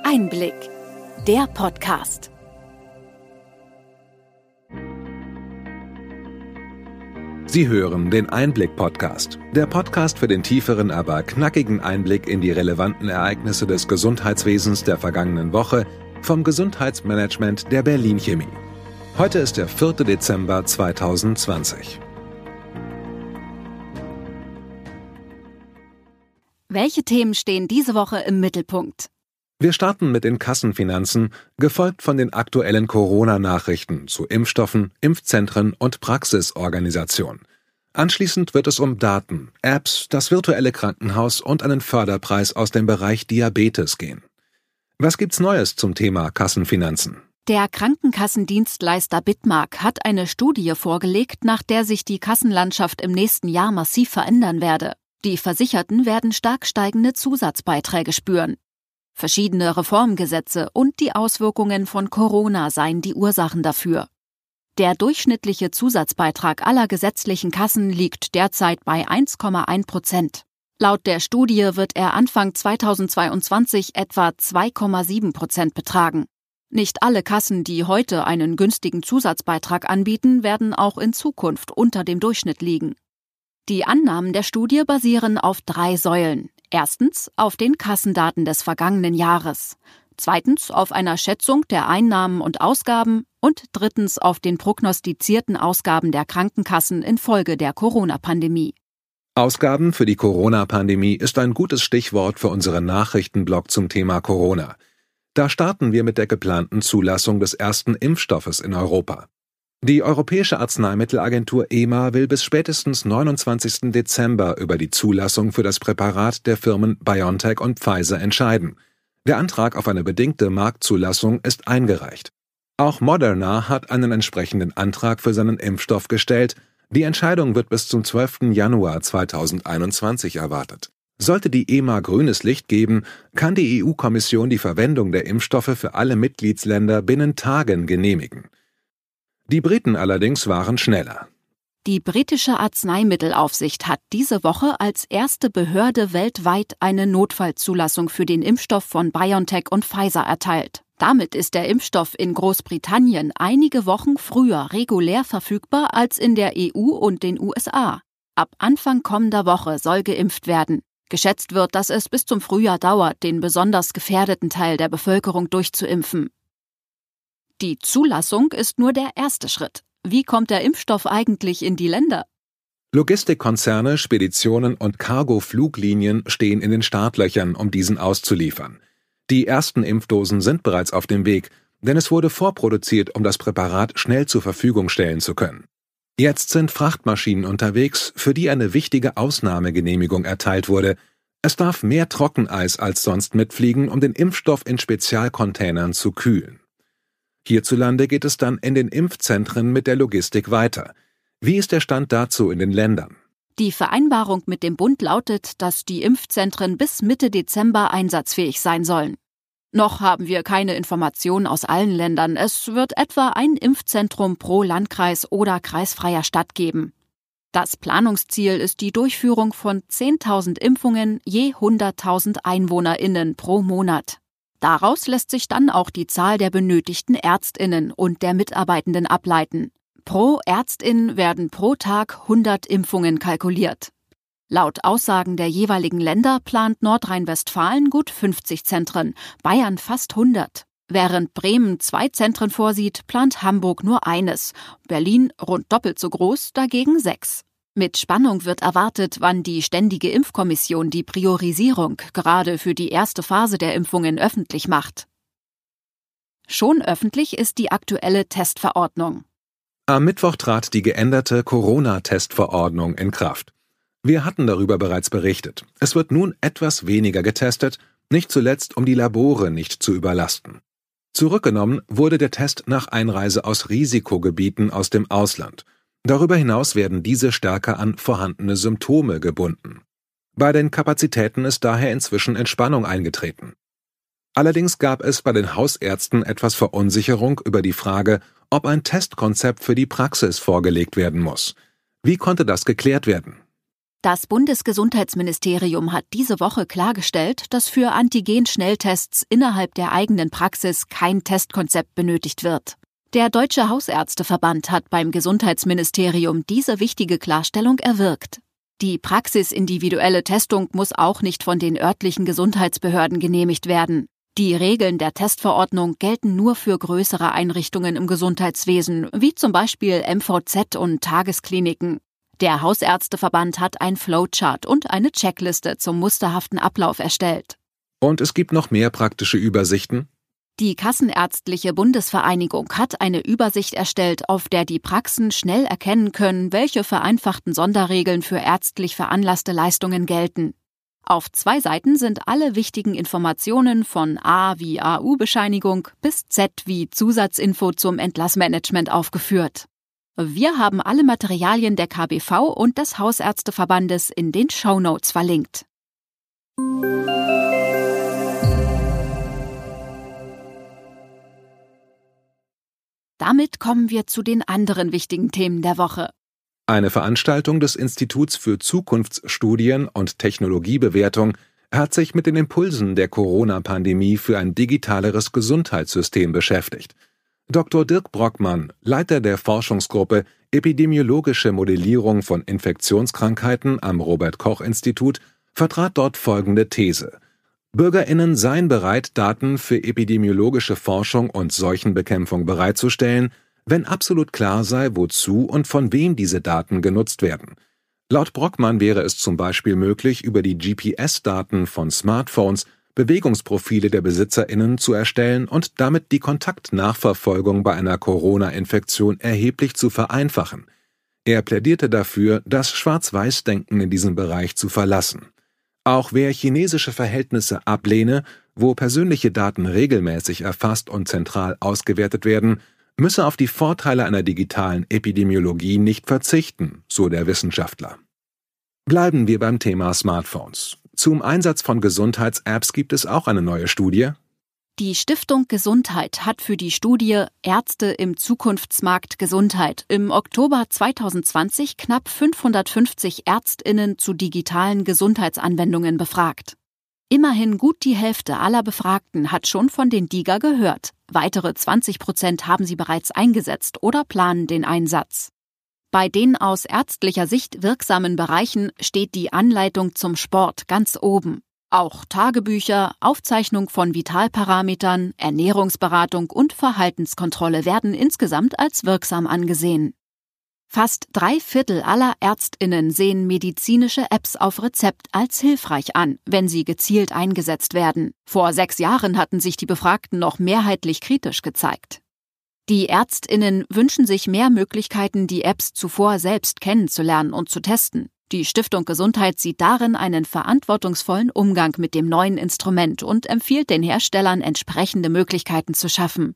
Einblick, der Podcast. Sie hören den Einblick-Podcast, der Podcast für den tieferen, aber knackigen Einblick in die relevanten Ereignisse des Gesundheitswesens der vergangenen Woche vom Gesundheitsmanagement der Berlin Chemie. Heute ist der 4. Dezember 2020. Welche Themen stehen diese Woche im Mittelpunkt? Wir starten mit den Kassenfinanzen, gefolgt von den aktuellen Corona-Nachrichten zu Impfstoffen, Impfzentren und Praxisorganisation. Anschließend wird es um Daten, Apps, das virtuelle Krankenhaus und einen Förderpreis aus dem Bereich Diabetes gehen. Was gibt's Neues zum Thema Kassenfinanzen? Der Krankenkassendienstleister Bitmark hat eine Studie vorgelegt, nach der sich die Kassenlandschaft im nächsten Jahr massiv verändern werde. Die Versicherten werden stark steigende Zusatzbeiträge spüren. Verschiedene Reformgesetze und die Auswirkungen von Corona seien die Ursachen dafür. Der durchschnittliche Zusatzbeitrag aller gesetzlichen Kassen liegt derzeit bei 1,1%. Laut der Studie wird er Anfang 2022 etwa 2,7% betragen. Nicht alle Kassen, die heute einen günstigen Zusatzbeitrag anbieten, werden auch in Zukunft unter dem Durchschnitt liegen. Die Annahmen der Studie basieren auf 3 Säulen. Erstens auf den Kassendaten des vergangenen Jahres. Zweitens auf einer Schätzung der Einnahmen und Ausgaben. Und drittens auf den prognostizierten Ausgaben der Krankenkassen infolge der Corona-Pandemie. Ausgaben für die Corona-Pandemie ist ein gutes Stichwort für unseren Nachrichtenblog zum Thema Corona. Da starten wir mit der geplanten Zulassung des ersten Impfstoffes in Europa. Die Europäische Arzneimittelagentur EMA will bis spätestens 29. Dezember über die Zulassung für das Präparat der Firmen BioNTech und Pfizer entscheiden. Der Antrag auf eine bedingte Marktzulassung ist eingereicht. Auch Moderna hat einen entsprechenden Antrag für seinen Impfstoff gestellt. Die Entscheidung wird bis zum 12. Januar 2021 erwartet. Sollte die EMA grünes Licht geben, kann die EU-Kommission die Verwendung der Impfstoffe für alle Mitgliedsländer binnen Tagen genehmigen. Die Briten allerdings waren schneller. Die britische Arzneimittelaufsicht hat diese Woche als erste Behörde weltweit eine Notfallzulassung für den Impfstoff von BioNTech und Pfizer erteilt. Damit ist der Impfstoff in Großbritannien einige Wochen früher regulär verfügbar als in der EU und den USA. Ab Anfang kommender Woche soll geimpft werden. Geschätzt wird, dass es bis zum Frühjahr dauert, den besonders gefährdeten Teil der Bevölkerung durchzuimpfen. Die Zulassung ist nur der erste Schritt. Wie kommt der Impfstoff eigentlich in die Länder? Logistikkonzerne, Speditionen und Cargo-Fluglinien stehen in den Startlöchern, um diesen auszuliefern. Die ersten Impfdosen sind bereits auf dem Weg, denn es wurde vorproduziert, um das Präparat schnell zur Verfügung stellen zu können. Jetzt sind Frachtmaschinen unterwegs, für die eine wichtige Ausnahmegenehmigung erteilt wurde. Es darf mehr Trockeneis als sonst mitfliegen, um den Impfstoff in Spezialcontainern zu kühlen. Hierzulande geht es dann in den Impfzentren mit der Logistik weiter. Wie ist der Stand dazu in den Ländern? Die Vereinbarung mit dem Bund lautet, dass die Impfzentren bis Mitte Dezember einsatzfähig sein sollen. Noch haben wir keine Informationen aus allen Ländern. Es wird etwa ein Impfzentrum pro Landkreis oder kreisfreier Stadt geben. Das Planungsziel ist die Durchführung von 10.000 Impfungen je 100.000 EinwohnerInnen pro Monat. Daraus lässt sich dann auch die Zahl der benötigten ÄrztInnen und der Mitarbeitenden ableiten. Pro Ärztin werden pro Tag 100 Impfungen kalkuliert. Laut Aussagen der jeweiligen Länder plant Nordrhein-Westfalen gut 50 Zentren, Bayern fast 100. Während Bremen 2 Zentren vorsieht, plant Hamburg nur eines, Berlin rund doppelt so groß, dagegen 6. Mit Spannung wird erwartet, wann die Ständige Impfkommission die Priorisierung gerade für die erste Phase der Impfungen öffentlich macht. Schon öffentlich ist die aktuelle Testverordnung. Am Mittwoch trat die geänderte Corona-Testverordnung in Kraft. Wir hatten darüber bereits berichtet. Es wird nun etwas weniger getestet, nicht zuletzt um die Labore nicht zu überlasten. Zurückgenommen wurde der Test nach Einreise aus Risikogebieten aus dem Ausland. Darüber hinaus werden diese stärker an vorhandene Symptome gebunden. Bei den Kapazitäten ist daher inzwischen Entspannung eingetreten. Allerdings gab es bei den Hausärzten etwas Verunsicherung über die Frage, ob ein Testkonzept für die Praxis vorgelegt werden muss. Wie konnte das geklärt werden? Das Bundesgesundheitsministerium hat diese Woche klargestellt, dass für Antigen-Schnelltests innerhalb der eigenen Praxis kein Testkonzept benötigt wird. Der Deutsche Hausärzteverband hat beim Gesundheitsministerium diese wichtige Klarstellung erwirkt. Die praxisindividuelle Testung muss auch nicht von den örtlichen Gesundheitsbehörden genehmigt werden. Die Regeln der Testverordnung gelten nur für größere Einrichtungen im Gesundheitswesen, wie zum Beispiel MVZ und Tageskliniken. Der Hausärzteverband hat ein Flowchart und eine Checkliste zum musterhaften Ablauf erstellt. Und es gibt noch mehr praktische Übersichten? Die Kassenärztliche Bundesvereinigung hat eine Übersicht erstellt, auf der die Praxen schnell erkennen können, welche vereinfachten Sonderregeln für ärztlich veranlasste Leistungen gelten. Auf 2 Seiten sind alle wichtigen Informationen von A wie AU-Bescheinigung bis Z wie Zusatzinfo zum Entlassmanagement aufgeführt. Wir haben alle Materialien der KBV und des Hausärzteverbandes in den Shownotes verlinkt. Damit kommen wir zu den anderen wichtigen Themen der Woche. Eine Veranstaltung des Instituts für Zukunftsstudien und Technologiebewertung hat sich mit den Impulsen der Corona-Pandemie für ein digitaleres Gesundheitssystem beschäftigt. Dr. Dirk Brockmann, Leiter der Forschungsgruppe Epidemiologische Modellierung von Infektionskrankheiten am Robert-Koch-Institut, vertrat dort folgende These: BürgerInnen seien bereit, Daten für epidemiologische Forschung und Seuchenbekämpfung bereitzustellen, wenn absolut klar sei, wozu und von wem diese Daten genutzt werden. Laut Brockmann wäre es zum Beispiel möglich, über die GPS-Daten von Smartphones Bewegungsprofile der BesitzerInnen zu erstellen und damit die Kontaktnachverfolgung bei einer Corona-Infektion erheblich zu vereinfachen. Er plädierte dafür, das Schwarz-Weiß-Denken in diesem Bereich zu verlassen. Auch wer chinesische Verhältnisse ablehne, wo persönliche Daten regelmäßig erfasst und zentral ausgewertet werden, müsse auf die Vorteile einer digitalen Epidemiologie nicht verzichten, so der Wissenschaftler. Bleiben wir beim Thema Smartphones. Zum Einsatz von Gesundheits-Apps gibt es auch eine neue Studie. Die Stiftung Gesundheit hat für die Studie Ärzte im Zukunftsmarkt Gesundheit im Oktober 2020 knapp 550 ÄrztInnen zu digitalen Gesundheitsanwendungen befragt. Immerhin gut die Hälfte aller Befragten hat schon von den DiGA gehört. Weitere 20% haben sie bereits eingesetzt oder planen den Einsatz. Bei den aus ärztlicher Sicht wirksamen Bereichen steht die Anleitung zum Sport ganz oben. Auch Tagebücher, Aufzeichnung von Vitalparametern, Ernährungsberatung und Verhaltenskontrolle werden insgesamt als wirksam angesehen. Fast 3/4 aller ÄrztInnen sehen medizinische Apps auf Rezept als hilfreich an, wenn sie gezielt eingesetzt werden. Vor 6 Jahren hatten sich die Befragten noch mehrheitlich kritisch gezeigt. Die ÄrztInnen wünschen sich mehr Möglichkeiten, die Apps zuvor selbst kennenzulernen und zu testen. Die Stiftung Gesundheit sieht darin einen verantwortungsvollen Umgang mit dem neuen Instrument und empfiehlt den Herstellern, entsprechende Möglichkeiten zu schaffen.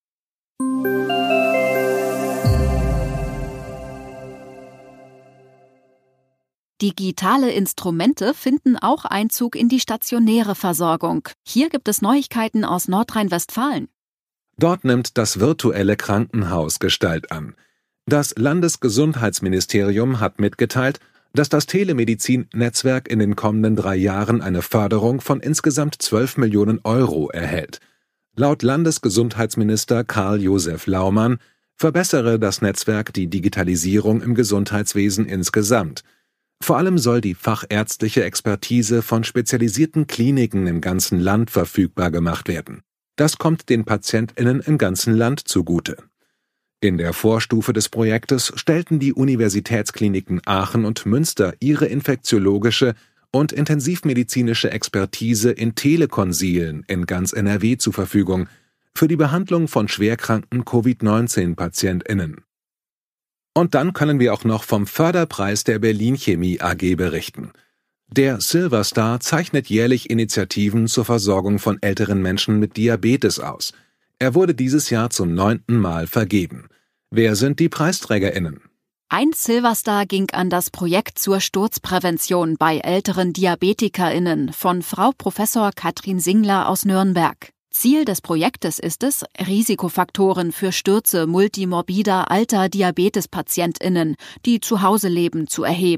Digitale Instrumente finden auch Einzug in die stationäre Versorgung. Hier gibt es Neuigkeiten aus Nordrhein-Westfalen. Dort nimmt das virtuelle Krankenhaus Gestalt an. Das Landesgesundheitsministerium hat mitgeteilt, dass das Telemedizin-Netzwerk in den kommenden 3 Jahren eine Förderung von insgesamt 12 Millionen Euro erhält. Laut Landesgesundheitsminister Karl-Josef Laumann verbessere das Netzwerk die Digitalisierung im Gesundheitswesen insgesamt. Vor allem soll die fachärztliche Expertise von spezialisierten Kliniken im ganzen Land verfügbar gemacht werden. Das kommt den PatientInnen im ganzen Land zugute. In der Vorstufe des Projektes stellten die Universitätskliniken Aachen und Münster ihre infektiologische und intensivmedizinische Expertise in Telekonsilen in ganz NRW zur Verfügung für die Behandlung von schwerkranken Covid-19-PatientInnen. Und dann können wir auch noch vom Förderpreis der Berlin Chemie AG berichten. Der Silver Star zeichnet jährlich Initiativen zur Versorgung von älteren Menschen mit Diabetes aus. Er wurde dieses Jahr zum 9. Mal vergeben. Wer sind die PreisträgerInnen? Ein Silverstar ging an das Projekt zur Sturzprävention bei älteren DiabetikerInnen von Frau Professor Katrin Singler aus Nürnberg. Ziel des Projektes ist es, Risikofaktoren für Stürze multimorbider alter DiabetespatientInnen, die zu Hause leben, zu erheben.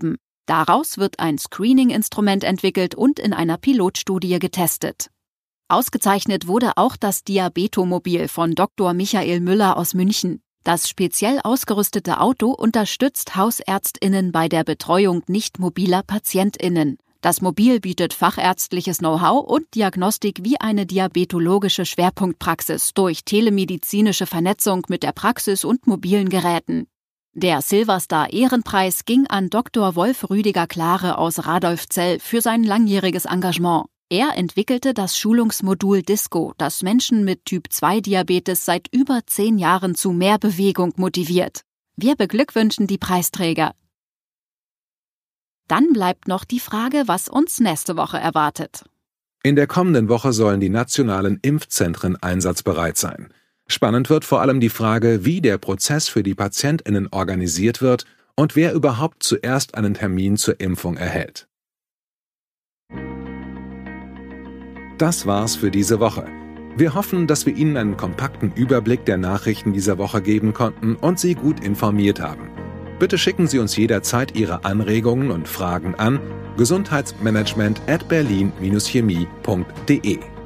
Daraus wird ein Screening-Instrument entwickelt und in einer Pilotstudie getestet. Ausgezeichnet wurde auch das Diabetomobil von Dr. Michael Müller aus München. Das speziell ausgerüstete Auto unterstützt HausärztInnen bei der Betreuung nicht mobiler PatientInnen. Das Mobil bietet fachärztliches Know-how und Diagnostik wie eine diabetologische Schwerpunktpraxis durch telemedizinische Vernetzung mit der Praxis und mobilen Geräten. Der Silverstar-Ehrenpreis ging an Dr. Wolf Rüdiger Klare aus Radolfzell für sein langjähriges Engagement. Er entwickelte das Schulungsmodul Disco, das Menschen mit Typ-2-Diabetes seit über 10 Jahren zu mehr Bewegung motiviert. Wir beglückwünschen die Preisträger. Dann bleibt noch die Frage, was uns nächste Woche erwartet. In der kommenden Woche sollen die nationalen Impfzentren einsatzbereit sein. Spannend wird vor allem die Frage, wie der Prozess für die PatientInnen organisiert wird und wer überhaupt zuerst einen Termin zur Impfung erhält. Das war's für diese Woche. Wir hoffen, dass wir Ihnen einen kompakten Überblick der Nachrichten dieser Woche geben konnten und Sie gut informiert haben. Bitte schicken Sie uns jederzeit Ihre Anregungen und Fragen an gesundheitsmanagement@berlin-chemie.de.